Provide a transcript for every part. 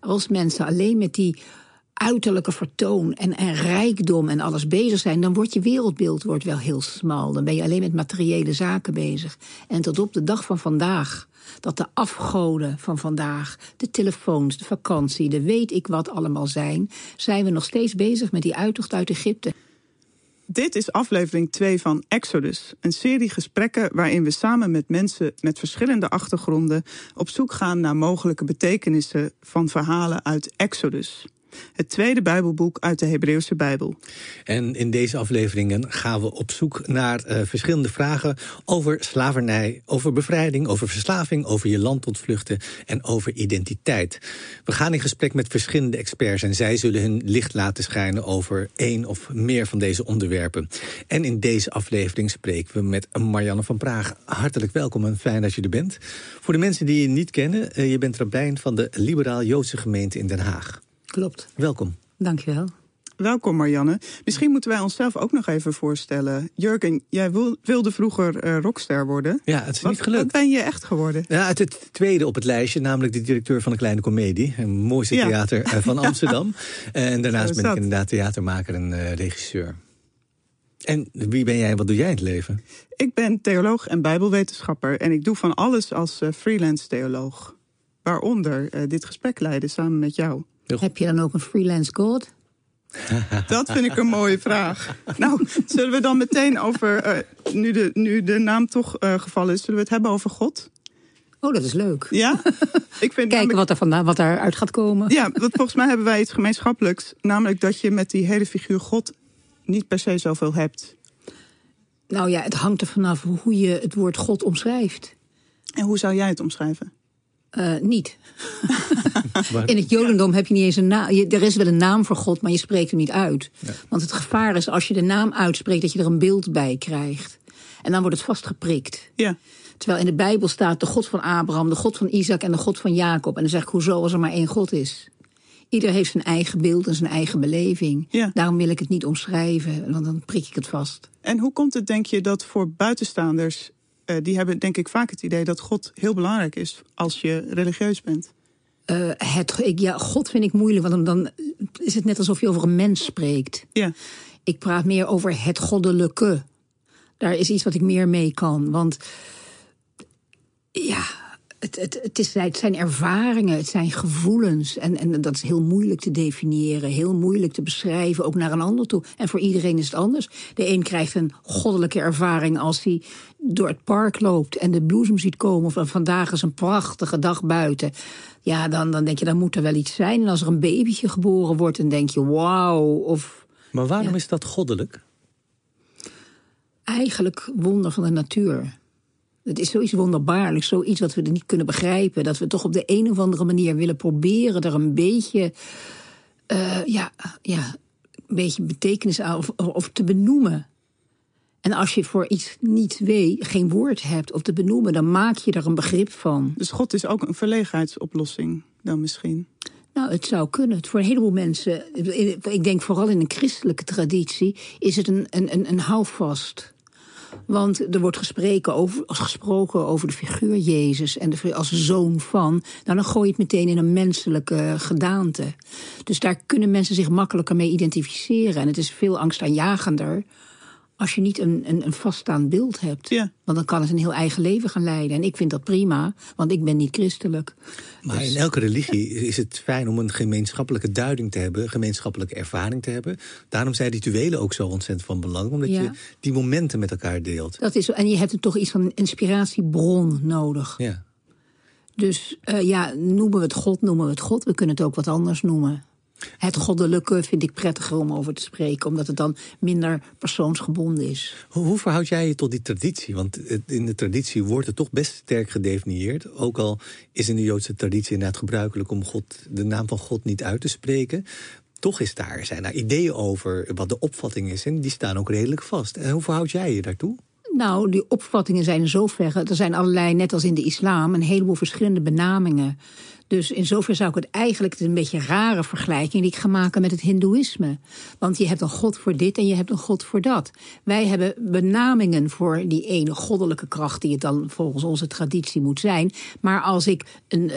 Als mensen alleen met die uiterlijke vertoon en rijkdom en alles bezig zijn, dan wordt je wereldbeeld wel heel smal. Dan ben je alleen met materiële zaken bezig. En tot op de dag van vandaag, dat de afgoden van vandaag, de telefoons, de vakantie, de weet ik wat allemaal zijn we nog steeds bezig met die uittocht uit Egypte. Dit is aflevering 2 van Exodus, een serie gesprekken waarin we samen met mensen met verschillende achtergronden op zoek gaan naar mogelijke betekenissen van verhalen uit Exodus. Het tweede Bijbelboek uit de Hebreeuwse Bijbel. En in deze afleveringen gaan we op zoek naar verschillende vragen over slavernij, over bevrijding, over verslaving, over je land ontvluchten en over identiteit. We gaan in gesprek met verschillende experts en zij zullen hun licht laten schijnen over één of meer van deze onderwerpen. En in deze aflevering spreken we met Marianne van Praag. Hartelijk welkom en fijn dat je er bent. Voor de mensen die je niet kennen, je bent rabbijn van de Liberaal-Joodse gemeente in Den Haag. Klopt. Welkom. Dank je wel. Welkom Marianne. Misschien moeten wij onszelf ook nog even voorstellen. Jurgen, jij wilde vroeger rockster worden. Ja, het is niet gelukt. Wat ben je echt geworden? Ja, het tweede op het lijstje, namelijk de directeur van de Kleine Comedie. Het mooiste theater van Amsterdam. En daarnaast ben ik inderdaad theatermaker en regisseur. En wie ben jij en wat doe jij in het leven? Ik ben theoloog en bijbelwetenschapper. En ik doe van alles als freelance theoloog. Waaronder dit gesprek leiden samen met jou. Heb je dan ook een freelance God? Dat vind ik een mooie vraag. Nou, zullen we dan meteen over, nu de naam toch gevallen is, zullen we het hebben over God? Oh, dat is leuk. Ja? Ik vind kijken wat daaruit gaat komen. Ja, want volgens mij hebben wij iets gemeenschappelijks. Namelijk dat je met die hele figuur God niet per se zoveel hebt. Nou ja, het hangt er vanaf hoe je het woord God omschrijft. En hoe zou jij het omschrijven? Niet. In het Jodendom heb je niet eens een naam. Er is wel een naam voor God, maar je spreekt hem niet uit. Ja. Want het gevaar is als je de naam uitspreekt dat je er een beeld bij krijgt. En dan wordt het vastgeprikt. Ja. Terwijl in de Bijbel staat de God van Abraham, de God van Isaac en de God van Jacob. En dan zeg ik, hoezo als er maar één God is? Ieder heeft zijn eigen beeld en zijn eigen beleving. Ja. Daarom wil ik het niet omschrijven, want dan prik ik het vast. En hoe komt het, denk je, dat voor buitenstaanders, die hebben denk ik vaak het idee dat God heel belangrijk is als je religieus bent? God vind ik moeilijk, want dan is het net alsof je over een mens spreekt. Ja. Ik praat meer over het goddelijke. Daar is iets wat ik meer mee kan. Want ja, het zijn ervaringen, het zijn gevoelens. En dat is heel moeilijk te definiëren, heel moeilijk te beschrijven, ook naar een ander toe. En voor iedereen is het anders. De een krijgt een goddelijke ervaring als hij door het park loopt en de bloesem ziet komen. Of vandaag is een prachtige dag buiten. Ja, dan denk je, dan moet er wel iets zijn. En als er een babytje geboren wordt, dan denk je, wauw. Maar waarom is dat goddelijk? Eigenlijk wonder van de natuur. Het is zoiets wonderbaarlijks, zoiets wat we niet kunnen begrijpen. Dat we toch op de een of andere manier willen proberen er een beetje, een beetje betekenis aan of te benoemen. En als je voor iets niet weet, geen woord hebt of te benoemen, dan maak je er een begrip van. Dus God is ook een verlegenheidsoplossing dan misschien? Nou, het zou kunnen. Voor een heleboel mensen, ik denk vooral in een christelijke traditie, is het een houvast. Want er wordt gesproken over de figuur Jezus en als zoon van. Nou, dan gooi je het meteen in een menselijke gedaante. Dus daar kunnen mensen zich makkelijker mee identificeren. En het is veel angstaanjagender als je niet een vaststaand beeld hebt. Ja. Want dan kan het een heel eigen leven gaan leiden. En ik vind dat prima, want ik ben niet christelijk. Maar in elke religie is het fijn om een gemeenschappelijke duiding te hebben, een gemeenschappelijke ervaring te hebben. Daarom zijn rituelen ook zo ontzettend van belang, omdat je die momenten met elkaar deelt. Dat is, en je hebt er toch iets van een inspiratiebron nodig. Ja. Dus noemen we het God. We kunnen het ook wat anders noemen. Het goddelijke vind ik prettiger om over te spreken, omdat het dan minder persoonsgebonden is. Hoe verhoud jij je tot die traditie? Want in de traditie wordt het toch best sterk gedefinieerd. Ook al is in de Joodse traditie inderdaad gebruikelijk om de naam van God niet uit te spreken. Toch zijn daar ideeën over wat de opvatting is en die staan ook redelijk vast. En hoe verhoud jij je daartoe? Nou, die opvattingen zijn in zoverre... Er zijn allerlei, net als in de islam, een heleboel verschillende benamingen. Dus in zoverre zou ik het eigenlijk... Het is een beetje een rare vergelijking die ik ga maken met het hindoeïsme. Want je hebt een god voor dit en je hebt een god voor dat. Wij hebben benamingen voor die ene goddelijke kracht... die het dan volgens onze traditie moet zijn. Maar als ik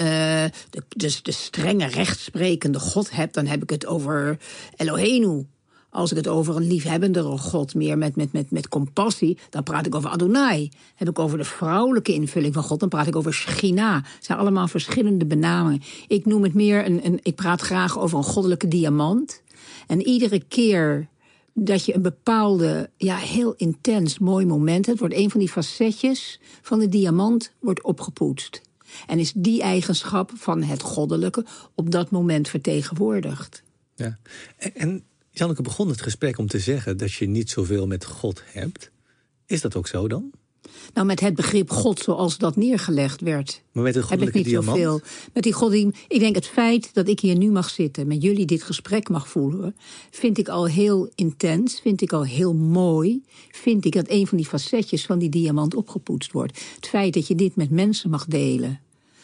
de strenge rechtsprekende god heb... dan heb ik het over Elohenu. Als ik het over een liefhebbendere God, meer met compassie... dan praat ik over Adonai. Heb ik over de vrouwelijke invulling van God... dan praat ik over Shechina. Het zijn allemaal verschillende benamingen. Ik noem het meer ik praat graag over een goddelijke diamant. En iedere keer dat je een bepaalde, heel intens mooi moment hebt... wordt een van die facetjes van de diamant wordt opgepoetst. En is die eigenschap van het goddelijke op dat moment vertegenwoordigd. Ja, en Janneke begon het gesprek om te zeggen dat je niet zoveel met God hebt. Is dat ook zo dan? Nou, met het begrip God zoals dat neergelegd werd... Maar met een goddelijke diamant? Zoveel. Met die God, ik denk het feit dat ik hier nu mag zitten... met jullie dit gesprek mag voeren... vind ik al heel intens, vind ik al heel mooi... vind ik dat een van die facetjes van die diamant opgepoetst wordt. Het feit dat je dit met mensen mag delen...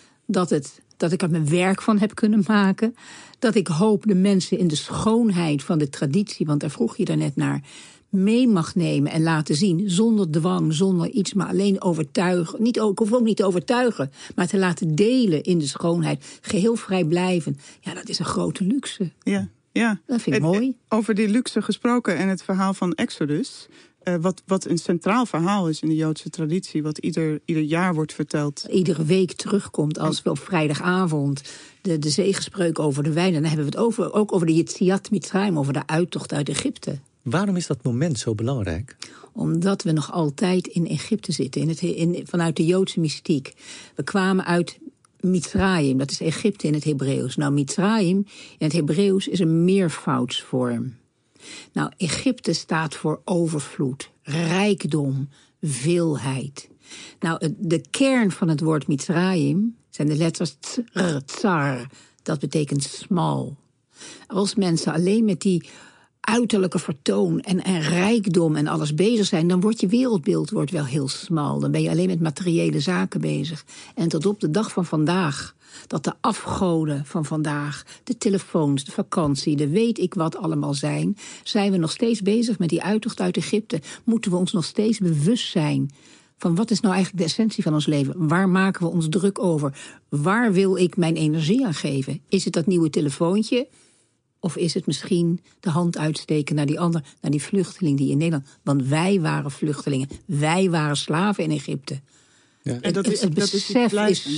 dat ik er mijn werk van heb kunnen maken... dat ik hoop de mensen in de schoonheid van de traditie... want daar vroeg je daarnet naar... mee mag nemen en laten zien, zonder dwang, zonder iets... maar alleen overtuigen. Ik hoef ook niet te overtuigen, maar te laten delen in de schoonheid. Geheel vrijblijvend. Ja, dat is een grote luxe. Ja. Dat vind ik mooi. Over die luxe gesproken en het verhaal van Exodus... Wat een centraal verhaal is in de Joodse traditie... wat ieder jaar wordt verteld. Iedere week terugkomt als we op vrijdagavond... de zegenspreuk over de wijn... dan hebben we het ook over de Yetziat Mitzrayim... over de uittocht uit Egypte. Waarom is dat moment zo belangrijk? Omdat we nog altijd in Egypte zitten, vanuit de Joodse mystiek. We kwamen uit Mitzrayim, dat is Egypte in het Hebreeuws. Nou, Mitzrayim in het Hebreeuws is een meervoudsvorm. Nou, Egypte staat voor overvloed, rijkdom, veelheid. Nou, de kern van het woord Mitzrayim zijn de letters tsar. Dat betekent smal. Als mensen alleen met die uiterlijke vertoon en rijkdom en alles bezig zijn... dan wordt je wereldbeeld wel heel smal. Dan ben je alleen met materiële zaken bezig. En tot op de dag van vandaag... dat de afgoden van vandaag, de telefoons, de vakantie... de weet ik wat allemaal zijn we nog steeds bezig met die uittocht uit Egypte. Moeten we ons nog steeds bewust zijn... van wat is nou eigenlijk de essentie van ons leven? Waar maken we ons druk over? Waar wil ik mijn energie aan geven? Is het dat nieuwe telefoontje... Of is het misschien de hand uitsteken naar die ander, naar die vluchteling die in Nederland... Want wij waren vluchtelingen, wij waren slaven in Egypte. Ja. Het besef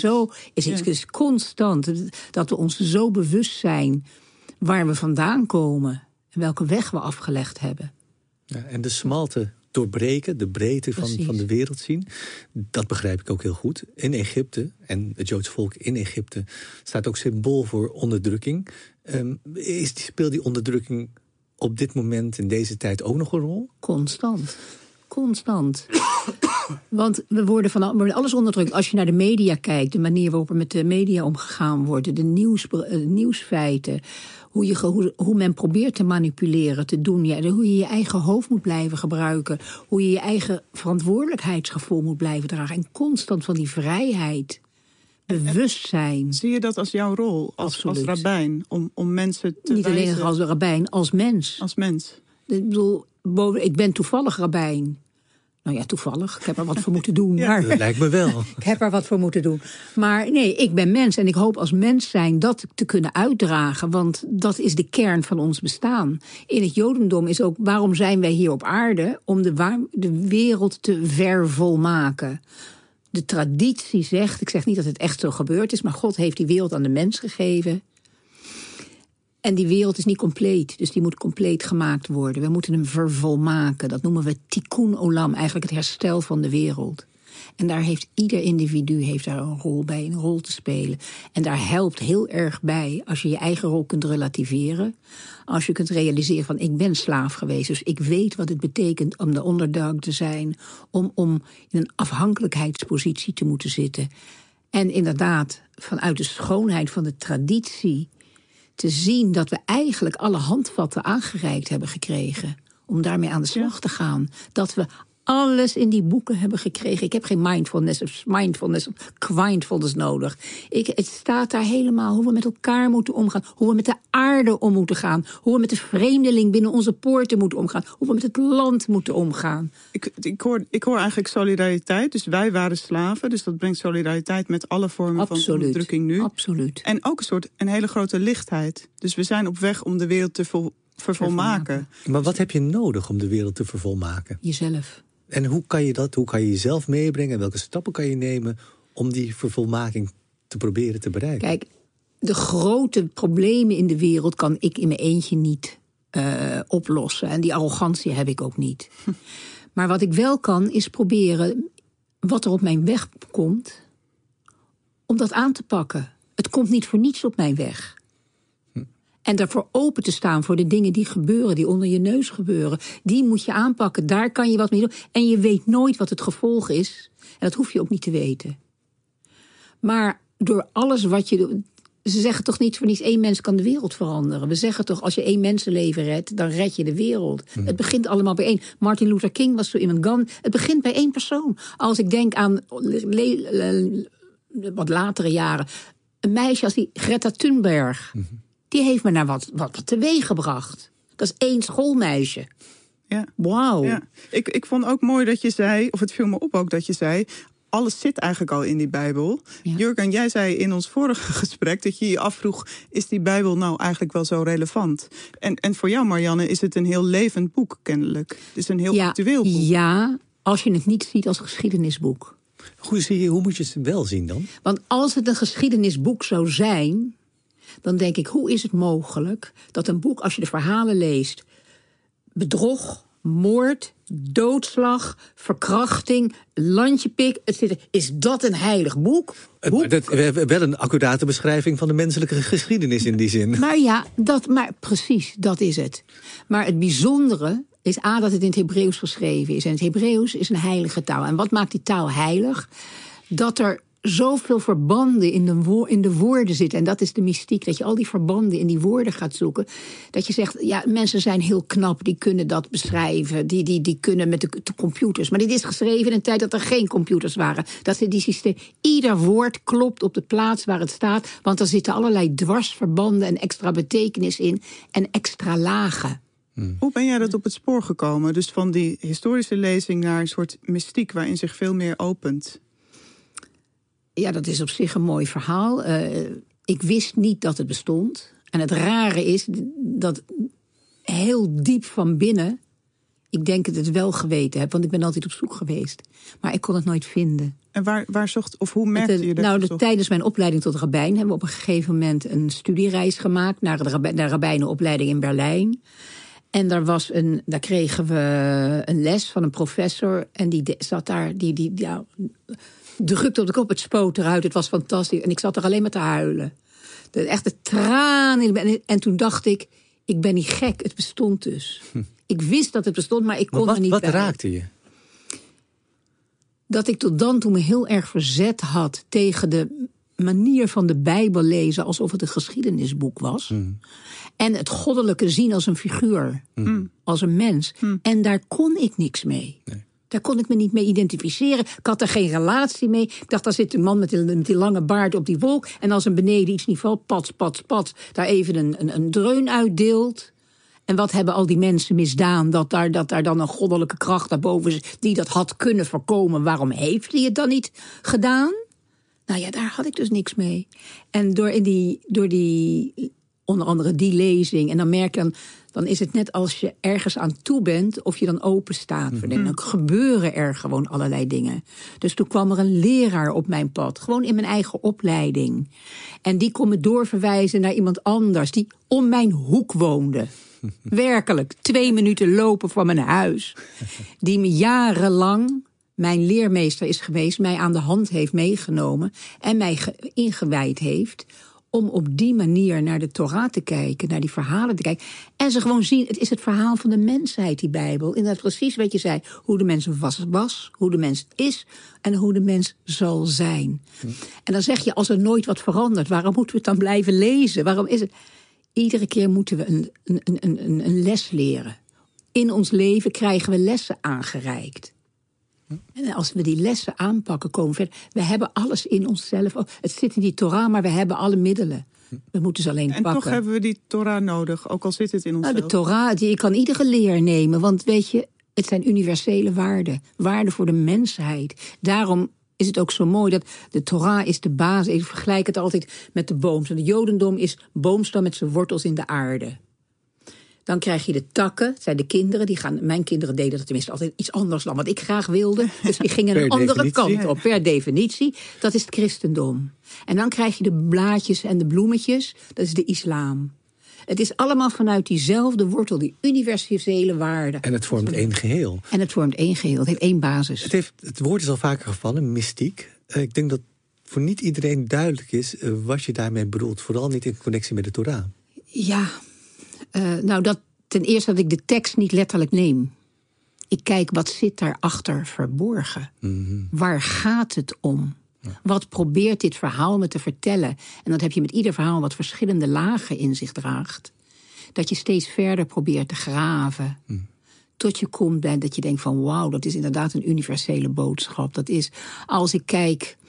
is constant dat we ons zo bewust zijn waar we vandaan komen... en welke weg we afgelegd hebben. Ja, en de smalte doorbreken, de breedte van de wereld zien... dat begrijp ik ook heel goed. In Egypte, en het Joodse volk in Egypte... staat ook symbool voor onderdrukking... Speelt die onderdrukking op dit moment, in deze tijd, ook nog een rol? Constant. Want we worden alles onderdrukt. Als je naar de media kijkt, de manier waarop er met de media omgegaan wordt... de nieuwsfeiten, hoe men probeert te manipuleren, te doen... hoe je je eigen hoofd moet blijven gebruiken... hoe je je eigen verantwoordelijkheidsgevoel moet blijven dragen... en constant van die vrijheid... bewustzijn. Zie je dat als jouw rol, als rabbijn, om mensen te Niet wijzen? alleen als rabbijn, als mens. Als mens. Ik bedoel, ik ben toevallig rabbijn. Nou ja, toevallig. Ik heb er wat voor moeten doen. Ja, maar, dat lijkt me wel. Ik heb er wat voor moeten doen. Maar nee, ik ben mens en ik hoop als mens zijn dat te kunnen uitdragen. Want dat is de kern van ons bestaan. In het Jodendom is ook, waarom zijn wij hier op aarde? Om de wereld te vervolmaken. De traditie zegt, ik zeg niet dat het echt zo gebeurd is... maar God heeft die wereld aan de mens gegeven. En die wereld is niet compleet, dus die moet compleet gemaakt worden. We moeten hem vervolmaken, dat noemen we tikkun olam... eigenlijk het herstel van de wereld. En daar heeft ieder individu daar een rol bij, een rol te spelen. En daar helpt heel erg bij als je je eigen rol kunt relativeren. Als je kunt realiseren van ik ben slaaf geweest. Dus ik weet wat het betekent om de onderdog te zijn. Om in een afhankelijkheidspositie te moeten zitten. En inderdaad vanuit de schoonheid van de traditie te zien dat we eigenlijk alle handvatten aangereikt hebben gekregen. Om daarmee aan de slag te gaan. Dat we alles in die boeken hebben gekregen. Ik heb geen mindfulness of mindfulness nodig. Het staat daar helemaal hoe we met elkaar moeten omgaan. Hoe we met de aarde om moeten gaan. Hoe we met de vreemdeling binnen onze poorten moeten omgaan. Hoe we met het land moeten omgaan. Ik hoor eigenlijk solidariteit. Dus wij waren slaven. Dus dat brengt solidariteit met alle vormen van onderdrukking nu. Absoluut. En ook een hele grote lichtheid. Dus we zijn op weg om de wereld te vervolmaken. Maar wat heb je nodig om de wereld te vervolmaken? Jezelf. En hoe kan je dat? Hoe kan je jezelf meebrengen? En welke stappen kan je nemen om die vervolmaking te proberen te bereiken? Kijk, de grote problemen in de wereld kan ik in mijn eentje niet oplossen. En die arrogantie heb ik ook niet. Maar wat ik wel kan, is proberen wat er op mijn weg komt, om dat aan te pakken. Het komt niet voor niets op mijn weg. En daarvoor open te staan voor de dingen die gebeuren, die onder je neus gebeuren. Die moet je aanpakken, daar kan je wat mee doen. En je weet nooit wat het gevolg is. En dat hoef je ook niet te weten. Maar door alles wat je doet. Ze zeggen toch niet voor niets, 1 mens kan de wereld veranderen. We zeggen toch, als je 1 mensenleven redt, dan red je de wereld. Het begint allemaal bij 1. Martin Luther King was zo iemand Gandhi. Het begint bij 1 persoon. Als ik denk aan wat latere jaren. Een meisje als die Greta Thunberg. Die heeft me naar wat teweeg gebracht. Dat is 1 schoolmeisje. Ja. Wauw. Ja. Ik vond ook mooi dat je zei, of het viel me op ook dat je zei, alles zit eigenlijk al in die Bijbel. Ja. Jurgen, jij zei in ons vorige gesprek dat je je afvroeg, is die Bijbel nou eigenlijk wel zo relevant? En voor jou, Marianne, is het een heel levend boek kennelijk. Het is een heel actueel boek. Ja, als je het niet ziet als geschiedenisboek. Hoe moet je het wel zien dan? Want als het een geschiedenisboek zou zijn, dan denk ik, hoe is het mogelijk dat een boek, als je de verhalen leest, bedrog, moord, doodslag, verkrachting, landjepik, is dat een heilig boek? We hebben wel een accurate beschrijving van de menselijke geschiedenis in die zin. Maar precies, dat is het. Maar het bijzondere is dat het in het Hebreeuws geschreven is. En het Hebreeuws is een heilige taal. En wat maakt die taal heilig? Dat er zoveel verbanden in de woorden zitten. En dat is de mystiek, dat je al die verbanden in die woorden gaat zoeken. Dat je zegt, ja, mensen zijn heel knap, die kunnen dat beschrijven. Die kunnen met de computers. Maar dit is geschreven in een tijd dat er geen computers waren. Dat die systeem, ieder woord klopt op de plaats waar het staat. Want er zitten allerlei dwarsverbanden en extra betekenis in. En extra lagen. Hoe ben jij dat op het spoor gekomen? Dus van die historische lezing naar een soort mystiek waarin zich veel meer opent. Ja, dat is op zich een mooi verhaal. Ik wist niet dat het bestond. En het rare is dat heel diep van binnen, ik denk dat het wel geweten heb, want ik ben altijd op zoek geweest. Maar ik kon het nooit vinden. En waar zocht, of hoe merkte je dat? Tijdens mijn opleiding tot rabbijn hebben we op een gegeven moment een studiereis gemaakt naar de rabbijnenopleiding in Berlijn. En daar kregen we een les van een professor. En die zat daar, drukte op de kop, het spoot eruit. Het was fantastisch. En ik zat er alleen maar te huilen. Echte tranen. En toen dacht ik ben niet gek. Het bestond dus. Ik wist dat het bestond, maar ik kon er niet bij. Wat raakte je? Dat ik tot dan toe me heel erg verzet had tegen de manier van de Bijbel lezen alsof het een geschiedenisboek was. En het goddelijke zien als een figuur. Als een mens. En daar kon ik niks mee. Nee. Daar kon ik me niet mee identificeren. Ik had er geen relatie mee. Ik dacht, daar zit een man met die lange baard op die wolk. En als een beneden iets niet valt, pats, daar even een dreun uitdeelt. En wat hebben al die mensen misdaan? Dat daar dan een goddelijke kracht daarboven is die dat had kunnen voorkomen. Waarom heeft hij het dan niet gedaan? Nou ja, daar had ik dus niks mee. En door die onder andere die lezing. En dan merk je dan is het net als je ergens aan toe bent, of je dan open staat. Dan gebeuren er gewoon allerlei dingen. Dus toen kwam er een leraar op mijn pad. Gewoon in mijn eigen opleiding. En die kon me doorverwijzen naar iemand anders die om mijn hoek woonde. Werkelijk, 2 minuten lopen van mijn huis. Die me jarenlang, mijn leermeester is geweest, mij aan de hand heeft meegenomen en mij ingewijd heeft om op die manier naar de Torah te kijken, naar die verhalen te kijken. En ze gewoon zien, het is het verhaal van de mensheid, die Bijbel. Inderdaad precies wat je zei, hoe de mens was, hoe de mens is en hoe de mens zal zijn. En dan zeg je, als er nooit wat verandert, waarom moeten we het dan blijven lezen? Waarom is het? Iedere keer moeten we een les leren. In ons leven krijgen we lessen aangereikt. En als we die lessen aanpakken, komen we verder. We hebben alles in onszelf. Het zit in die Torah, maar we hebben alle middelen. We moeten ze alleen pakken. En toch hebben we die Torah nodig, ook al zit het in onszelf. Nou, de Torah, je kan iedere leer nemen. Want weet je, het zijn universele waarden. Waarden voor de mensheid. Daarom is het ook zo mooi dat de Torah is de basis. Ik vergelijk het altijd met de boomstam. Het Jodendom is boomstam met zijn wortels in de aarde. Dan krijg je de takken, het zijn de kinderen. Mijn kinderen deden dat tenminste altijd iets anders dan wat ik graag wilde. Dus die gingen een andere kant op, per definitie. Dat is het christendom. En dan krijg je de blaadjes en de bloemetjes. Dat is de islam. Het is allemaal vanuit diezelfde wortel, die universele waarden. En het vormt één geheel. En het vormt één geheel, het heeft één basis. Het woord is al vaker gevallen, mystiek. Ik denk dat voor niet iedereen duidelijk is wat je daarmee bedoelt. Vooral niet in connectie met de Torah. Ja, dat ten eerste dat ik de tekst niet letterlijk neem. Ik kijk, wat zit daarachter verborgen? Mm-hmm. Waar gaat het om? Ja. Wat probeert dit verhaal me te vertellen? En dat heb je met ieder verhaal wat verschillende lagen in zich draagt. Dat je steeds verder probeert te graven. Mm. Tot je komt bij dat je denkt van wauw, dat is inderdaad een universele boodschap. Dat is, als ik kijk,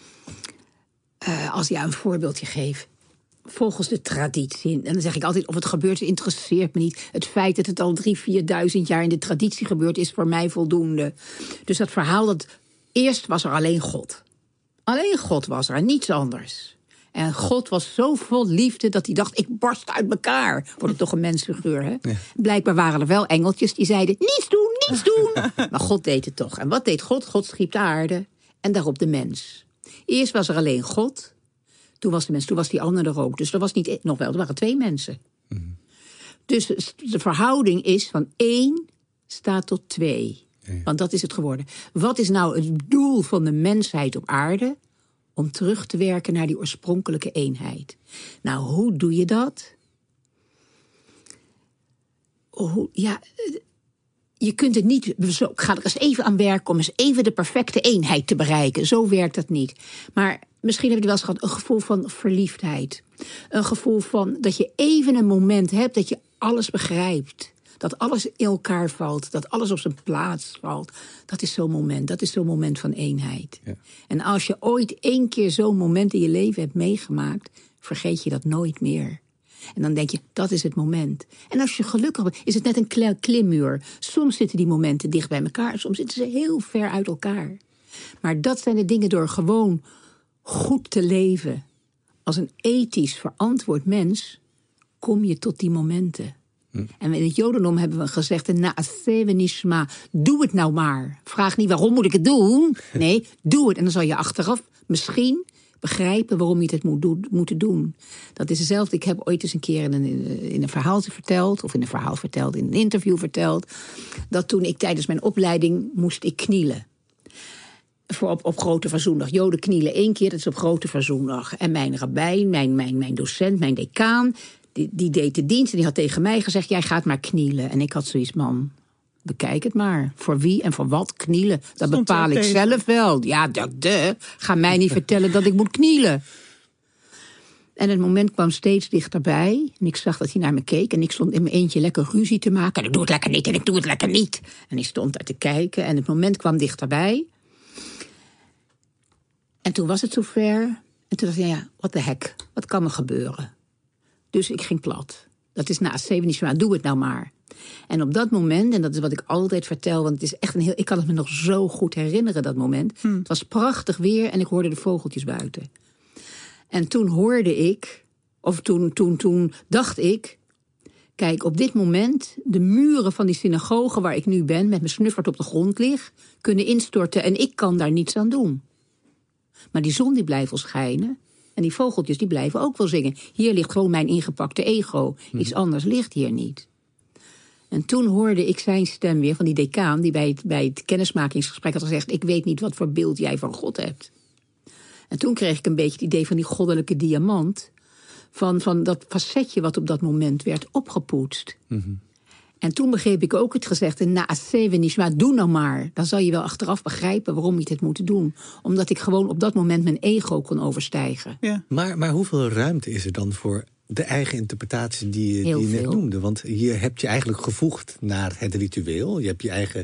als je een voorbeeldje geeft. Volgens de traditie. En dan zeg ik altijd, of het gebeurt, interesseert me niet. Het feit dat het al 3.000, 4.000 jaar in de traditie gebeurt, is voor mij voldoende. Dus dat verhaal, dat eerst was er alleen God. Alleen God was er en niets anders. En God was zo vol liefde dat hij dacht, ik barst uit elkaar. Wordt het toch een mensfiguur, hè? Ja. Blijkbaar waren er wel engeltjes die zeiden, niets doen, niets doen. Maar God deed het toch. En wat deed God? God schiep de aarde en daarop de mens. Eerst was er alleen God. Toen was de mens, toen was die ander er ook. Dus er was niet nog wel, er waren 2 mensen. Mm. Dus de verhouding is van 1 staat tot 2. Ja. Want dat is het geworden. Wat is nou het doel van de mensheid op aarde? Om terug te werken naar die oorspronkelijke eenheid. Nou, hoe doe je dat? Je kunt het niet. Zo, ik ga er eens even aan werken om eens even de perfecte eenheid te bereiken. Zo werkt dat niet. Maar misschien heb je wel eens gehad een gevoel van verliefdheid. Een gevoel van dat je even een moment hebt dat je alles begrijpt. Dat alles in elkaar valt. Dat alles op zijn plaats valt. Dat is zo'n moment. Dat is zo'n moment van eenheid. Ja. En als je ooit 1 keer zo'n moment in je leven hebt meegemaakt, vergeet je dat nooit meer. En dan denk je, dat is het moment. En als je gelukkig bent, is het net een klimmuur. Soms zitten die momenten dicht bij elkaar. Soms zitten ze heel ver uit elkaar. Maar dat zijn de dingen door gewoon goed te leven. Als een ethisch verantwoord mens kom je tot die momenten. En in het Jodendom hebben we gezegd, na'aseh nishma, doe het nou maar. Vraag niet waarom moet ik het doen. Nee, doe het. En dan zal je achteraf misschien begrijpen waarom je het moet doen. Dat is hetzelfde. Ik heb ooit eens een keer in een verhaaltje verteld, of in een interview verteld, dat toen ik tijdens mijn opleiding moest ik knielen. Op Grote Verzoendag. Joden knielen 1 keer, dat is op Grote Verzoendag. En mijn rabbijn, mijn docent, mijn decaan, die deed de dienst en die had tegen mij gezegd, jij gaat maar knielen. En ik had zoiets, man, bekijk het maar. Voor wie en voor wat knielen, dat bepaal ik zelf wel. Ja, ga mij niet vertellen dat ik moet knielen. En het moment kwam steeds dichterbij. En ik zag dat hij naar me keek. En ik stond in mijn eentje lekker ruzie te maken. En ik doe het lekker niet en ik doe het lekker niet. En ik stond daar te kijken. En het moment kwam dichterbij. En toen was het zover. En toen dacht ik, ja, wat de hek. Wat kan er gebeuren? Dus ik ging plat. Dat is naast 7 niet, doe het nou maar. En op dat moment, en dat is wat ik altijd vertel, want het is echt ik kan het me nog zo goed herinneren, dat moment. Het was prachtig weer en ik hoorde de vogeltjes buiten. En toen hoorde ik, of toen dacht ik, kijk, op dit moment, de muren van die synagoge waar ik nu ben, met mijn snuffert op de grond lig, kunnen instorten en ik kan daar niets aan doen. Maar die zon die blijft wel schijnen. En die vogeltjes die blijven ook wel zingen. Hier ligt gewoon mijn ingepakte ego. Iets anders ligt hier niet. En toen hoorde ik zijn stem weer van die decaan, die bij het kennismakingsgesprek had gezegd, ik weet niet wat voor beeld jij van God hebt. En toen kreeg ik een beetje het idee van die goddelijke diamant. Van dat facetje wat op dat moment werd opgepoetst. Mm-hmm. En toen begreep ik ook het gezegde, na'aseh nishma, doe nou maar. Dan zal je wel achteraf begrijpen waarom je het moet doen. Omdat ik gewoon op dat moment mijn ego kon overstijgen. Ja. Maar hoeveel ruimte is er dan voor de eigen interpretatie die je net noemde? Want je hebt je eigenlijk gevoegd naar het ritueel. Je hebt je eigen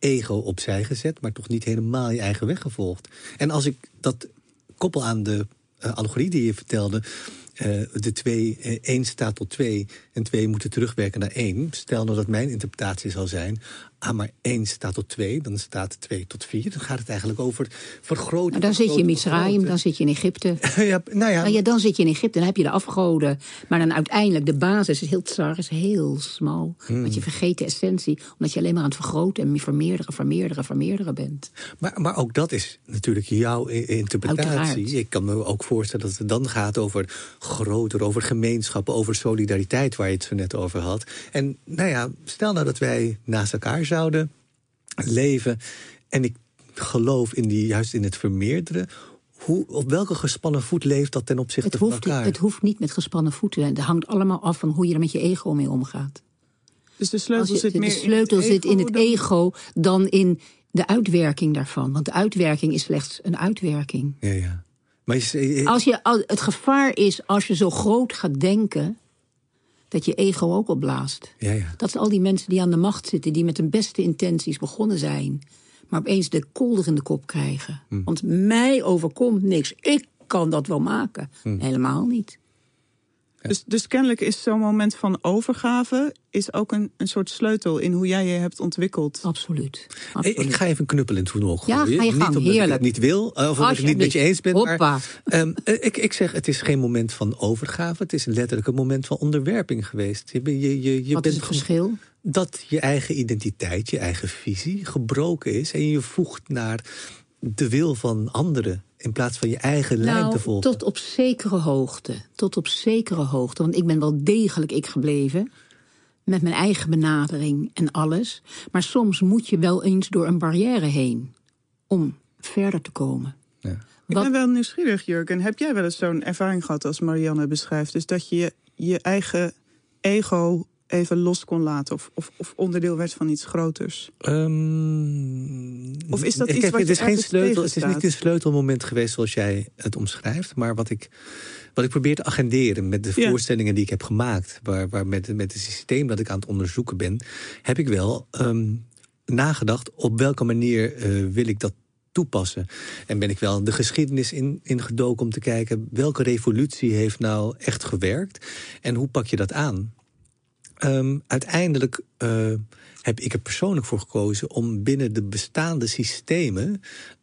ego opzij gezet, maar toch niet helemaal je eigen weg gevolgd. En als ik dat koppel aan de allegorie die je vertelde, de 2, 1 staat tot 2 en 2 moeten terugwerken naar 1. Stel nou dat mijn interpretatie zal zijn, maar 1 staat tot 2, dan staat 2 tot 4. Dan gaat het eigenlijk over vergroten. Maar dan zit je in Misraïm, dan zit je in Egypte. Dan zit je in Egypte, dan heb je de afgoden. Maar dan uiteindelijk, de basis is heel tsar, is heel smal. Want je vergeet de essentie, omdat je alleen maar aan het vergroten en vermeerderen bent. Maar ook dat is natuurlijk jouw interpretatie. Uiteraard. Ik kan me ook voorstellen dat het dan gaat over groter, over gemeenschappen, over solidariteit, waar je het zo net over had. En stel nou dat wij naast elkaar zouden leven, en ik geloof juist in het vermeerderen. Op welke gespannen voet leeft dat ten opzichte van elkaar? Het hoeft niet met gespannen voeten. Het hangt allemaal af van hoe je er met je ego mee omgaat. Dus de sleutel zit in het ego dan in de uitwerking daarvan. Want de uitwerking is slechts een uitwerking. Ja. Maar het gevaar is als je zo groot gaat denken, dat je ego ook opblaast. Ja. Dat zijn al die mensen die aan de macht zitten, die met de beste intenties begonnen zijn, maar opeens de kolder in de kop krijgen. Want mij overkomt niks. Ik kan dat wel maken. Helemaal niet. Dus kennelijk is zo'n moment van overgave is ook een soort sleutel in hoe jij je hebt ontwikkeld. Absoluut. Ik ga even een knuppel in het voetbal gooien. Ja, ga je gang, niet omdat heerlijk. ik het niet wil, of omdat ik het niet met je eens ben. Hoppa. Maar ik zeg, het is geen moment van overgave. Het is letterlijk een moment van onderwerping geweest. Wat is het verschil? Dat je eigen identiteit, je eigen visie gebroken is en je voegt naar de wil van anderen in plaats van je eigen lijn te volgen. Tot op zekere hoogte. Want ik ben wel degelijk ik gebleven, met mijn eigen benadering en alles. Maar soms moet je wel eens door een barrière heen om verder te komen. Ja. Ik ben wel nieuwsgierig, Jurgen. Heb jij wel eens zo'n ervaring gehad als Marianne beschrijft? Dus dat je je eigen ego even los kon laten of onderdeel werd van iets groters? Of is dat iets wat je ergens tegenstaat? Het is niet een sleutelmoment geweest zoals jij het omschrijft. Maar wat ik probeer te agenderen met de voorstellingen die ik heb gemaakt, waar met het systeem dat ik aan het onderzoeken ben, heb ik wel nagedacht op welke manier wil ik dat toepassen. En ben ik wel de geschiedenis ingedoken om te kijken welke revolutie heeft nou echt gewerkt en hoe pak je dat aan? Uiteindelijk heb ik er persoonlijk voor gekozen om binnen de bestaande systemen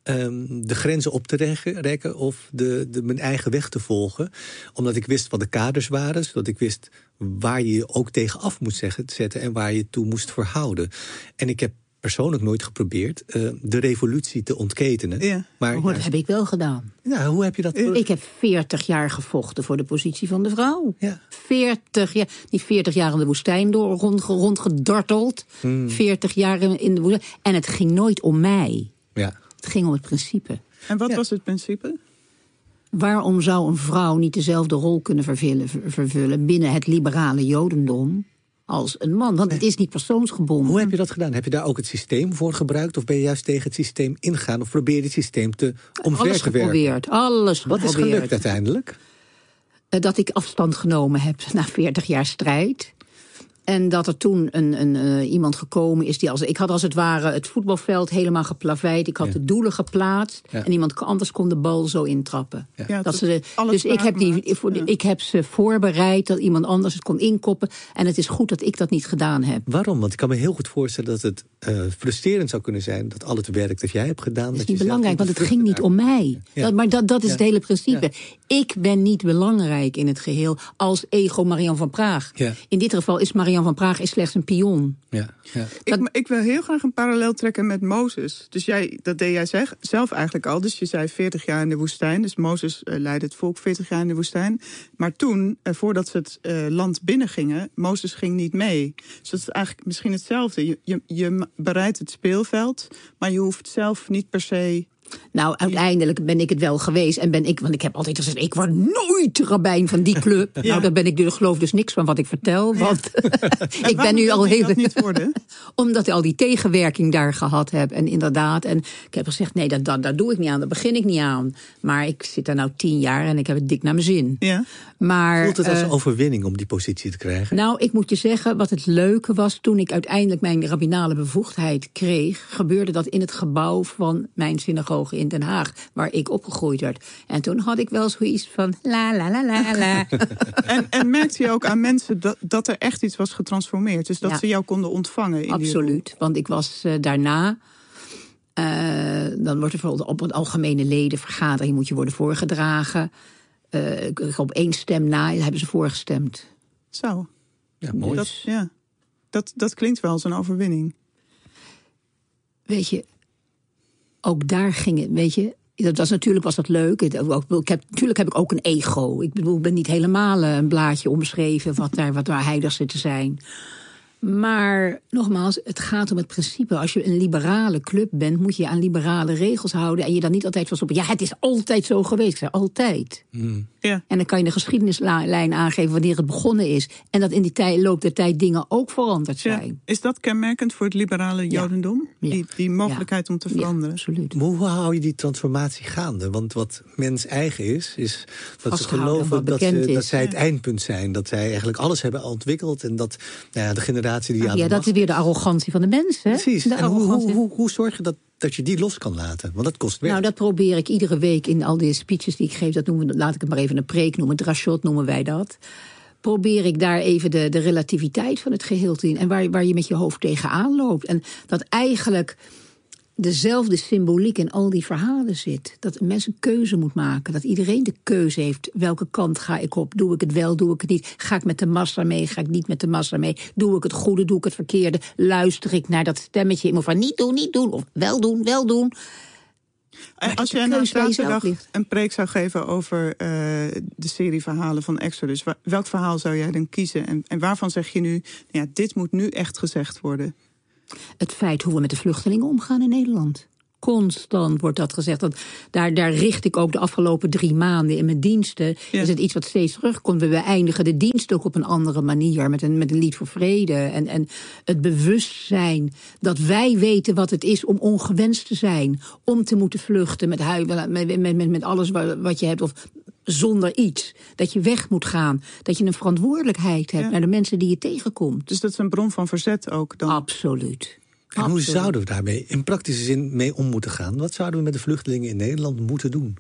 de grenzen op te rekken of mijn eigen weg te volgen. Omdat ik wist wat de kaders waren, zodat ik wist waar je ook tegen af moest zetten en waar je toe moest verhouden. En ik heb persoonlijk nooit geprobeerd de revolutie te ontketenen. Ja. Maar dat heb ik wel gedaan. Nou, hoe heb je dat? Ik heb 40 jaar gevochten voor de positie van de vrouw. Ja. 40 jaar. Niet 40 jaar in de woestijn rondgedarteld. 40 jaar in de woestijn. En het ging nooit om mij. Ja. Het ging om het principe. En wat was het principe? Waarom zou een vrouw niet dezelfde rol kunnen vervullen binnen het liberale jodendom als een man? Want het is niet persoonsgebonden. Hoe heb je dat gedaan? Heb je daar ook het systeem voor gebruikt? Of ben je juist tegen het systeem ingegaan? Of probeer je het systeem te omver te werken? Alles geprobeerd. Wat is gelukt uiteindelijk? Dat ik afstand genomen heb na 40 jaar strijd. En dat er toen iemand gekomen is die ik had als het ware het voetbalveld helemaal geplaveid. Ik had de doelen geplaatst. Ja. En iemand anders kon de bal zo intrappen. Ja. Dus ik heb ze voorbereid dat iemand anders het kon inkoppen. En het is goed dat ik dat niet gedaan heb. Waarom? Want ik kan me heel goed voorstellen dat het frustrerend zou kunnen zijn dat al het werk dat jij hebt gedaan. Dat is niet belangrijk, want het ging niet om mij. Ja. Maar dat is het hele principe. Ja. Ik ben niet belangrijk in het geheel als ego Marianne van Praag. Ja. In dit geval is Marianne van Praag is slechts een pion. Ja. Ik wil heel graag een parallel trekken met Mozes. Dus dat deed jij zelf eigenlijk al. Dus je zei 40 jaar in de woestijn. Dus Mozes leidde het volk 40 jaar in de woestijn. Maar toen, voordat ze het land binnengingen, Mozes ging niet mee. Dus dat is eigenlijk misschien hetzelfde. Je bereidt het speelveld, maar je hoeft zelf niet per se Nou, uiteindelijk ben ik het wel geweest. Want ik heb altijd gezegd, ik word nooit rabbijn van die club. Ja. Nou, daar ben ik geloof dus niks van wat ik vertel. Want ik ben nu al heel... niet worden? Omdat ik al die tegenwerking daar gehad heb. En inderdaad, en ik heb gezegd, nee, daar doe ik niet aan. Daar begin ik niet aan. Maar ik zit daar nou 10 jaar en ik heb het dik naar mijn zin. Ja. Maar, voelt het als overwinning om die positie te krijgen? Nou, ik moet je zeggen, wat het leuke was, toen ik uiteindelijk mijn rabbinale bevoegdheid kreeg, gebeurde dat in het gebouw van mijn synagoge in Den Haag, waar ik opgegroeid werd. En toen had ik wel zoiets van la la la la la. En merkte je ook aan mensen dat er echt iets was getransformeerd? Dus dat ze jou konden ontvangen? Absoluut, want ik was daarna... dan wordt er bijvoorbeeld op een algemene ledenvergadering moet je worden voorgedragen. Op 1 stem na hebben ze voorgestemd. Zo. Ja, mooi. Dat klinkt wel als een overwinning. Weet je, ook daar ging het, weet je... Natuurlijk was dat leuk. Natuurlijk heb ik ook een ego. Ik bedoel, ik ben niet helemaal een blaadje omschreven wat daar heilig zit te zijn. Maar nogmaals, het gaat om het principe. Als je een liberale club bent, moet je je aan liberale regels houden. En je dan niet altijd van stoppen. Ja, het is altijd zo geweest. Ik zei, altijd. Ja. En dan kan je de geschiedenislijn aangeven wanneer het begonnen is. En dat in die loop der tijd dingen ook veranderd zijn. Ja. Is dat kenmerkend voor het liberale jodendom? Ja. Die mogelijkheid om te veranderen? Ja, absoluut. Maar hoe hou je die transformatie gaande? Want wat mens eigen is dat ze geloven dat zij het eindpunt zijn. Dat zij eigenlijk alles hebben ontwikkeld. En dat de generatie die aan de dat is weer de arrogantie van de mens. Hè? Precies. En hoe zorg je dat je die los kan laten? Want dat kost werk. Nou, dat probeer ik iedere week in al die speeches die ik geef. Laat ik het maar even een preek noemen. Drashot noemen wij dat. Probeer ik daar even de relativiteit van het geheel te zien. En waar je met je hoofd tegenaan loopt. En dat eigenlijk dezelfde symboliek in al die verhalen zit. Dat een mens een keuze moet maken. Dat iedereen de keuze heeft. Welke kant ga ik op? Doe ik het wel, doe ik het niet? Ga ik met de massa mee? Ga ik niet met de massa mee? Doe ik het goede, doe ik het verkeerde? Luister ik naar dat stemmetje in me van niet doen? Of wel doen? En als jij nou zaterdag een preek zou geven over de serie verhalen van Exodus, welk verhaal zou jij dan kiezen? En waarvan zeg je nu, dit moet nu echt gezegd worden? Het feit hoe we met de vluchtelingen omgaan in Nederland. Constant wordt dat gezegd. Dat daar richt ik ook de afgelopen 3 maanden in mijn diensten. Ja. Is het iets wat steeds terugkomt. We eindigen de dienst ook op een andere manier. Met een lied voor vrede. En het bewustzijn dat wij weten wat het is om ongewenst te zijn. Om te moeten vluchten met alles wat je hebt. Of zonder iets. Dat je weg moet gaan. Dat je een verantwoordelijkheid hebt naar de mensen die je tegenkomt. Dus dat is een bron van verzet ook dan? Absoluut. En hoe zouden we daarmee in praktische zin mee om moeten gaan? Wat zouden we met de vluchtelingen in Nederland moeten doen?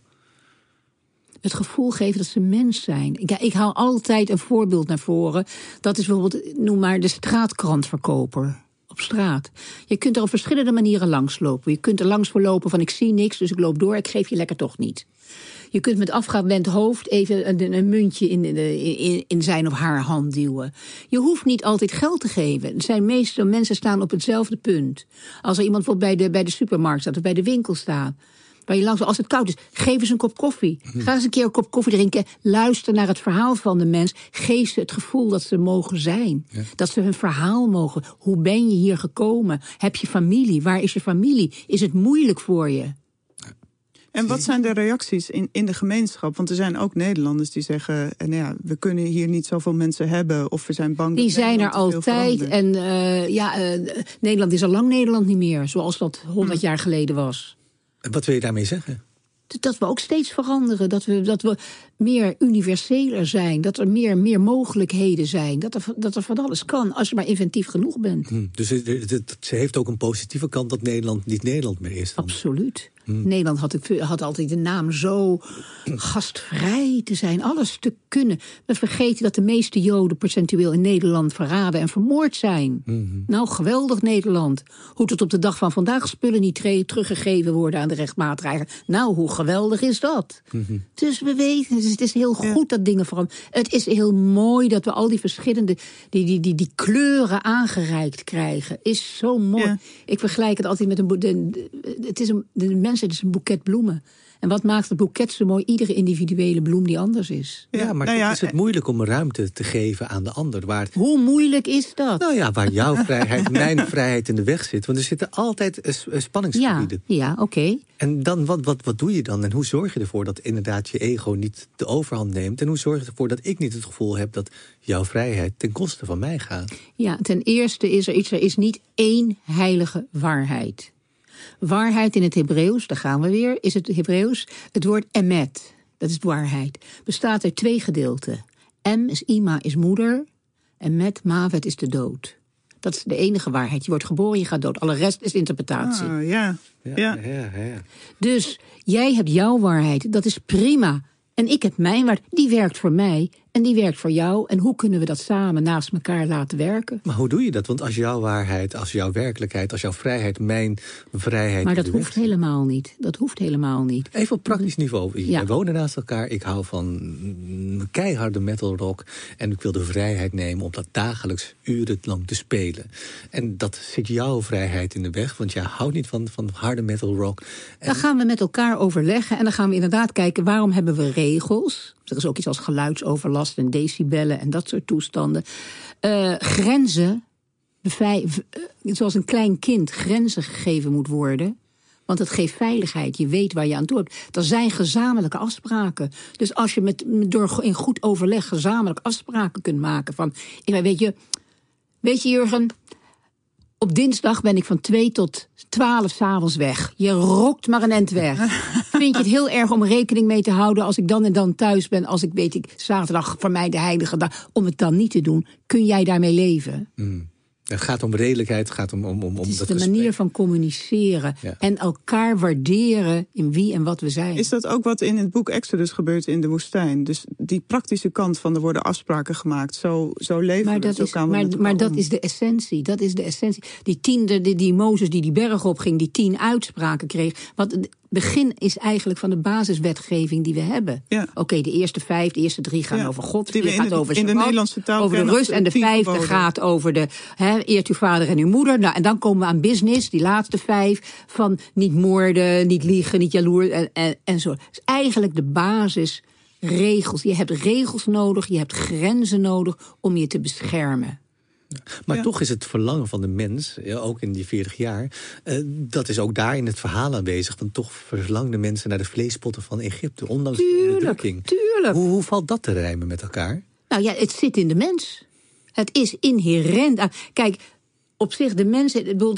Het gevoel geven dat ze mens zijn. Ik haal altijd een voorbeeld naar voren. Dat is bijvoorbeeld, noem maar, de straatkrantverkoper op straat. Je kunt er op verschillende manieren langslopen. Je kunt er langs voorlopen van ik zie niks, dus ik loop door, ik geef je lekker toch niet. Je kunt met afgewend hoofd even een muntje in zijn of haar hand duwen. Je hoeft niet altijd geld te geven. Er zijn meestal mensen staan op hetzelfde punt. Als er iemand bijvoorbeeld bij de supermarkt staat of bij de winkel staat. Waar je langs, als het koud is, geef eens een kop koffie. Ga eens een keer een kop koffie drinken. Luister naar het verhaal van de mens. Geef ze het gevoel dat ze mogen zijn. Ja. Dat ze hun verhaal mogen. Hoe ben je hier gekomen? Heb je familie? Waar is je familie? Is het moeilijk voor je? En wat zijn de reacties in de gemeenschap? Want er zijn ook Nederlanders die zeggen, we kunnen hier niet zoveel mensen hebben. Of we zijn bang. Die zijn er altijd. En Nederland is al lang Nederland niet meer. Zoals dat 100 jaar geleden was. En wat wil je daarmee zeggen? Dat we ook steeds veranderen. Dat we meer universeler zijn. Dat er meer mogelijkheden zijn. Dat er van alles kan, als je maar inventief genoeg bent. Dus ze heeft ook een positieve kant dat Nederland niet Nederland meer is. Dan. Absoluut. Nederland had altijd de naam zo gastvrij te zijn, alles te kunnen. We vergeten dat de meeste Joden percentueel in Nederland verraden en vermoord zijn. Nou, geweldig Nederland. Hoe tot op de dag van vandaag spullen niet teruggegeven worden aan de rechtmatige. Nou, hoe geweldig is dat? Dus we weten, het is heel goed dat dingen veranderen. Het is heel mooi dat we al die verschillende, die kleuren aangereikt krijgen. Is zo mooi. Ja. Ik vergelijk het altijd met het is een boeket bloemen. En wat maakt het boeket zo mooi? Iedere individuele bloem die anders is. Ja, maar is het moeilijk om ruimte te geven aan de ander. Hoe moeilijk is dat? Nou ja, waar jouw vrijheid, mijn vrijheid in de weg zit. Want er zitten altijd spanningsgebieden. Ja, oké. En dan, wat doe je dan? En hoe zorg je ervoor dat inderdaad je ego niet de overhand neemt? En hoe zorg je ervoor dat ik niet het gevoel heb dat jouw vrijheid ten koste van mij gaat? Ja, ten eerste is er iets, er is niet één heilige waarheid. Waarheid in het Hebreeuws, daar gaan we weer, is het Hebreeuws. Het woord emet, dat is waarheid, bestaat uit 2 gedeelten. Em is ima, is moeder. En met mavet is de dood. Dat is de enige waarheid. Je wordt geboren, je gaat dood. Alle rest is interpretatie. Ja. Dus jij hebt jouw waarheid, dat is prima. En ik heb mijn waarheid, die werkt voor mij en die werkt voor jou. En hoe kunnen we dat samen naast elkaar laten werken? Maar hoe doe je dat? Want als jouw waarheid, als jouw werkelijkheid, als jouw vrijheid, mijn vrijheid... Maar dat hoeft helemaal niet. Dat hoeft helemaal niet. Even op praktisch niveau. We wonen naast elkaar. Ik hou van keiharde metal rock. En ik wil de vrijheid nemen om dat dagelijks urenlang te spelen. En dat zit jouw vrijheid in de weg. Want jij houdt niet van harde metal rock. Dan gaan we met elkaar overleggen. En dan gaan we inderdaad kijken, waarom hebben we regels? Er is ook iets als geluidsoverlast en decibellen en dat soort toestanden. Grenzen, zoals een klein kind grenzen gegeven moet worden. Want het geeft veiligheid, je weet waar je aan toe hebt. Er zijn gezamenlijke afspraken. Dus als je door in goed overleg gezamenlijk afspraken kunt maken van... Weet je Jurgen, op dinsdag ben ik van 2 tot 12 s'avonds weg. Je rokt maar een end weg. Vind je het heel erg om rekening mee te houden als ik dan en dan thuis ben, als ik zaterdag voor mij de heilige dag, om het dan niet te doen? Kun jij daarmee leven? Het gaat om redelijkheid, het gaat om het is dat de gesprek. manier van communiceren en elkaar waarderen in wie en wat we zijn. Is dat ook wat in het boek Exodus gebeurt in de woestijn? Dus die praktische kant van er worden afspraken gemaakt. Zo leven we. Maar dat is de essentie. Dat is de essentie. Die Mozes die berg opging, die 10 uitspraken kreeg. Wat het begin is eigenlijk van de basiswetgeving die we hebben. Ja. Oké, de eerste 5, de eerste 3 gaan over God. 4 gaat over in de Nederlandse taal over de rust. En de 5e gaat over de eert uw vader en uw moeder. Nou, en dan komen we aan business, die laatste 5. Van niet moorden, niet liegen, niet jaloers en zo. Dus eigenlijk de basisregels. Je hebt regels nodig, je hebt grenzen nodig om je te beschermen. Maar toch is het verlangen van de mens, ook in die 40 jaar... dat is ook daar in het verhaal aanwezig. Want toch verlangden mensen naar de vleespotten van Egypte. Ondanks de onderdrukking. Tuurlijk. Hoe valt dat te rijmen met elkaar? Nou ja, het zit in de mens. Het is inherent. Kijk, op zich, de mens...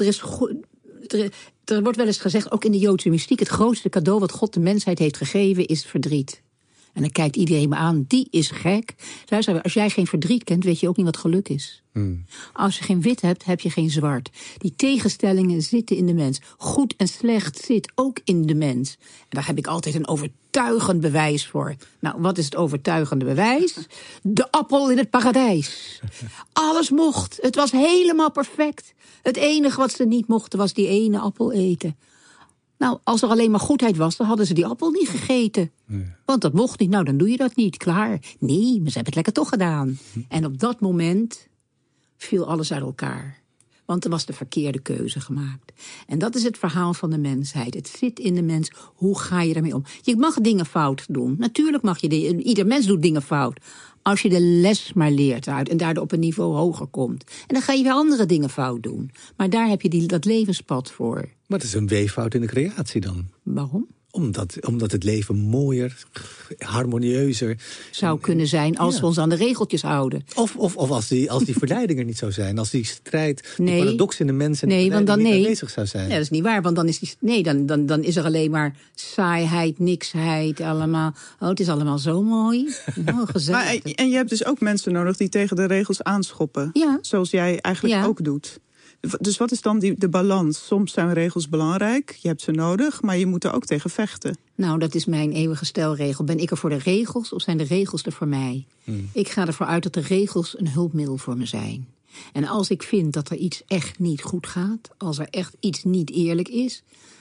Er wordt wel eens gezegd, ook in de Joodse mystiek... het grootste cadeau wat God de mensheid heeft gegeven is verdriet. En dan kijkt iedereen me aan, die is gek. Als jij geen verdriet kent, weet je ook niet wat geluk is. Als je geen wit hebt, heb je geen zwart. Die tegenstellingen zitten in de mens. Goed en slecht zit ook in de mens. En daar heb ik altijd een overtuigend bewijs voor. Nou, wat is het overtuigende bewijs? De appel in het paradijs. Alles mocht. Het was helemaal perfect. Het enige wat ze niet mochten was die ene appel eten. Nou, als er alleen maar goedheid was, dan hadden ze die appel niet gegeten. Nee. Want dat mocht niet. Nou, dan doe je dat niet. Klaar. Nee, maar ze hebben het lekker toch gedaan. En op dat moment viel alles uit elkaar. Want er was de verkeerde keuze gemaakt. En dat is het verhaal van de mensheid. Het zit in de mens. Hoe ga je daarmee om? Je mag dingen fout doen. Natuurlijk mag je dingen. Ieder mens doet dingen fout. Als je de les maar leert uit en daardoor op een niveau hoger komt. En dan ga je weer andere dingen fout doen. Maar daar heb je dat levenspad voor. Maar het is een weeffout in de creatie dan. Waarom? Omdat het leven mooier, harmonieuzer... zou kunnen zijn als we ons aan de regeltjes houden. Of als die verleiding er niet zou zijn. Als die strijd, die paradox in de mensen niet aanwezig zou zijn. Nee, dat is niet waar. Want dan is, dan is er alleen maar saaiheid, niksheid, allemaal. Oh, het is allemaal zo mooi. Oh, gezellig. En je hebt dus ook mensen nodig die tegen de regels aanschoppen. Ja. Zoals jij eigenlijk ook doet. Dus wat is dan de balans? Soms zijn regels belangrijk, je hebt ze nodig, maar je moet er ook tegen vechten. Nou, dat is mijn eeuwige stelregel. Ben ik er voor de regels of zijn de regels er voor mij? Ik ga ervoor uit dat de regels een hulpmiddel voor me zijn. En als ik vind dat er iets echt niet goed gaat, als er echt iets niet eerlijk is,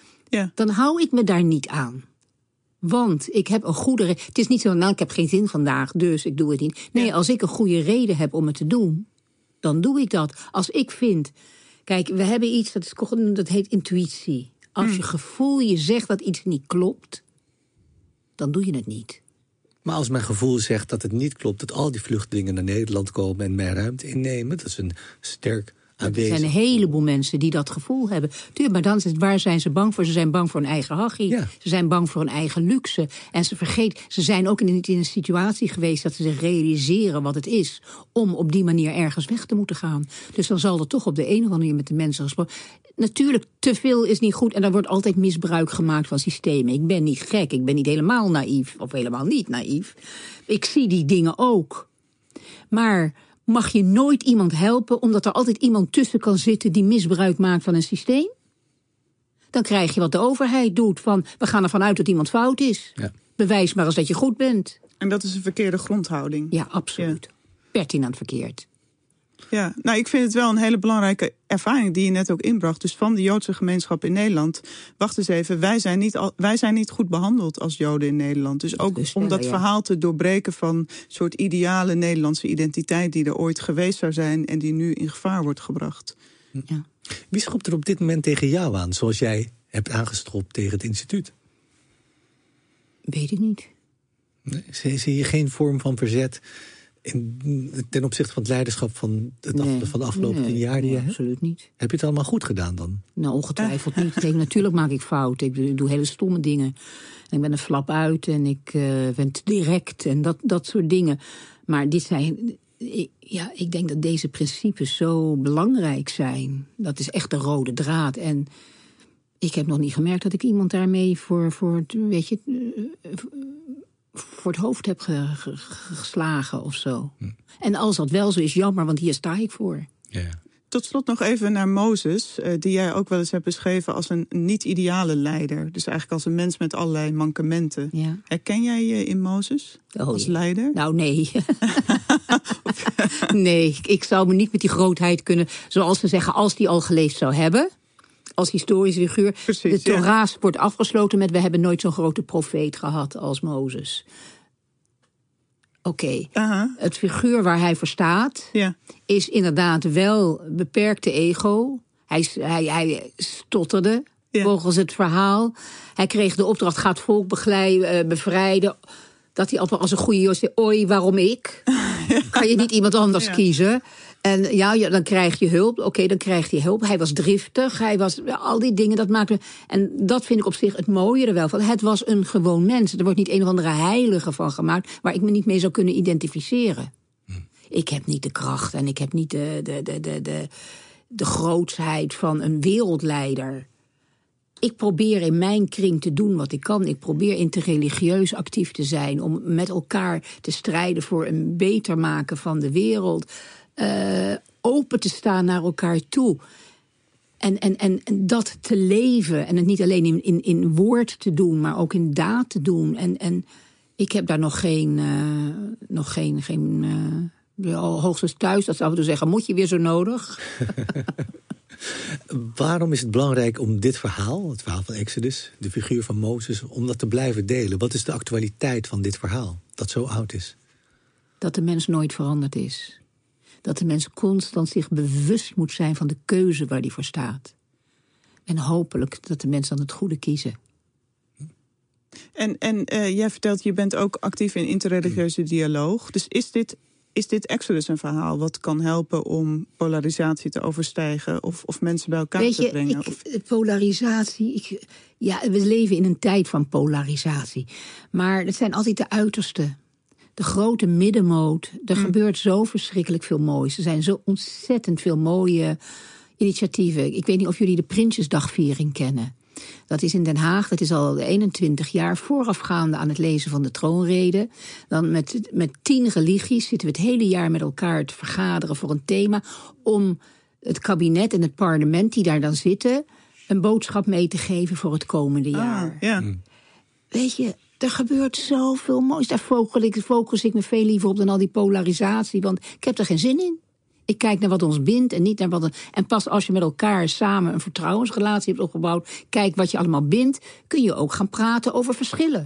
dan hou ik me daar niet aan. Want ik heb een goede reden. Het is niet zo, ik heb geen zin vandaag, dus ik doe het niet. Nee, als ik een goede reden heb om het te doen, dan doe ik dat. Als ik vind... Kijk, we hebben iets, dat heet intuïtie. Als je gevoel je zegt dat iets niet klopt, dan doe je het niet. Maar als mijn gevoel zegt dat het niet klopt, dat al die vluchtelingen naar Nederland komen en meer ruimte innemen, dat is een sterk aanwezig. Er zijn een heleboel mensen die dat gevoel hebben. Tuurlijk, maar dan is het, waar zijn ze bang voor? Ze zijn bang voor hun eigen hachie. Ja. Ze zijn bang voor hun eigen luxe. En ze zijn ook niet in een situatie geweest dat ze zich realiseren wat het is om op die manier ergens weg te moeten gaan. Dus dan zal er toch op de een of andere manier met de mensen gesproken. Natuurlijk, te veel is niet goed en er wordt altijd misbruik gemaakt van systemen. Ik ben niet gek, ik ben niet helemaal naïef, of helemaal niet naïef. Ik zie die dingen ook. Maar mag je nooit iemand helpen omdat er altijd iemand tussen kan zitten die misbruik maakt van een systeem? Dan krijg je wat de overheid doet, van we gaan ervan uit dat iemand fout is. Ja. Bewijs maar eens dat je goed bent. En dat is een verkeerde grondhouding. Ja, absoluut. Ja. Pertinent verkeerd. Ja, nou, ik vind het wel een hele belangrijke ervaring die je net ook inbracht. Dus van de Joodse gemeenschap in Nederland. Wacht eens even, wij zijn niet goed behandeld als Joden in Nederland. Dus ook om dat verhaal te doorbreken van een soort ideale Nederlandse identiteit die er ooit geweest zou zijn en die nu in gevaar wordt gebracht. Ja. Wie schopt er op dit moment tegen jou aan, zoals jij hebt aangestropt tegen het instituut? Weet ik niet. Nee, zie je geen vorm van verzet ten opzichte van het leiderschap van de afgelopen 10 jaar die je hebt? Absoluut niet. Heb je het allemaal goed gedaan dan? Nou, ongetwijfeld niet. Natuurlijk maak ik fouten. Ik doe hele stomme dingen. En ik ben een flap uit en ik ben te direct en dat soort dingen. Maar dit zijn... Ja, ik denk dat deze principes zo belangrijk zijn. Dat is echt de rode draad. En ik heb nog niet gemerkt dat ik iemand daarmee voor het hoofd heb geslagen of zo. En als dat wel zo is, jammer, want hier sta ik voor. Ja. Tot slot nog even naar Mozes, die jij ook wel eens hebt beschreven als een niet-ideale leider. Dus eigenlijk als een mens met allerlei mankementen. Ja. Herken jij je in Mozes als leider? Nou, nee. Nee, ik zou me niet met die grootheid kunnen, zoals ze zeggen, als die al geleefd zou hebben. Als historische figuur. Precies, de Torah wordt afgesloten met we hebben nooit zo'n grote profeet gehad als Mozes. Oké. Het figuur waar hij voor staat is inderdaad wel beperkte ego. Hij stotterde volgens het verhaal. Hij kreeg de opdracht, gaat volk bevrijden. Dat hij als een goede Jood zei, oei, waarom ik? Kan je niet iemand anders kiezen? En ja, dan krijg je hulp. Oké, dan krijgt hij hulp. Hij was driftig. Hij was al die dingen. Dat maakte. En dat vind ik op zich het mooie er wel van. Het was een gewoon mens. Er wordt niet een of andere heilige van gemaakt waar ik me niet mee zou kunnen identificeren. Ik heb niet de kracht en ik heb niet de grootsheid van een wereldleider. Ik probeer in mijn kring te doen wat ik kan. Ik probeer interreligieus actief te zijn. Om met elkaar te strijden voor een beter maken van de wereld. Open te staan naar elkaar toe. En dat te leven. En het niet alleen in woord te doen, maar ook in daad te doen. En ik heb daar nog geen hoogstens thuis, dat zou ik zeggen, moet je weer zo nodig? Waarom is het belangrijk om dit verhaal, het verhaal van Exodus, de figuur van Mozes, om dat te blijven delen? Wat is de actualiteit van dit verhaal, dat zo oud is? Dat de mens nooit veranderd is. Dat de mens constant zich bewust moet zijn van de keuze waar die voor staat. En hopelijk dat de mensen dan het goede kiezen. En jij vertelt, je bent ook actief in interreligieuze dialoog. Dus is dit Exodus een verhaal wat kan helpen om polarisatie te overstijgen of mensen bij elkaar te brengen? Polarisatie, we leven in een tijd van polarisatie. Maar het zijn altijd de uitersten. De grote middenmoot. Er gebeurt zo verschrikkelijk veel moois. Er zijn zo ontzettend veel mooie initiatieven. Ik weet niet of jullie de Prinsjesdagviering kennen. Dat is in Den Haag, dat is al 21 jaar voorafgaande aan het lezen van de troonrede. Dan met 10 religies zitten we het hele jaar met elkaar te vergaderen voor een thema. Om het kabinet en het parlement die daar dan zitten een boodschap mee te geven voor het komende jaar. Weet je, er gebeurt zoveel moois. Daar focus ik me veel liever op dan al die polarisatie. Want ik heb er geen zin in. Ik kijk naar wat ons bindt en niet naar wat... En pas als je met elkaar samen een vertrouwensrelatie hebt opgebouwd... kijk wat je allemaal bindt, kun je ook gaan praten over verschillen.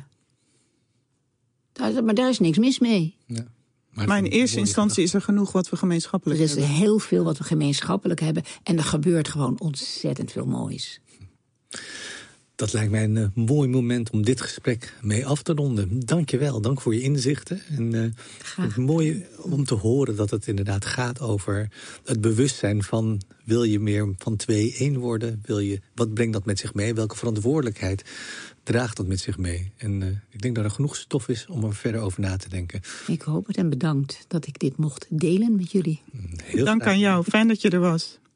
Maar daar is niks mis mee. Ja. Maar in eerste instantie is er genoeg wat we gemeenschappelijk hebben. Er is heel veel wat we gemeenschappelijk hebben. En er gebeurt gewoon ontzettend veel moois. Dat lijkt mij een mooi moment om dit gesprek mee af te ronden. Dank je wel, dank voor je inzichten. En het is mooi om te horen dat het inderdaad gaat over het bewustzijn van... wil je meer van 2 één worden? Wat brengt dat met zich mee? Welke verantwoordelijkheid draagt dat met zich mee? En ik denk dat er genoeg stof is om er verder over na te denken. Ik hoop het en bedankt dat ik dit mocht delen met jullie. Dank aan jou, fijn dat je er was.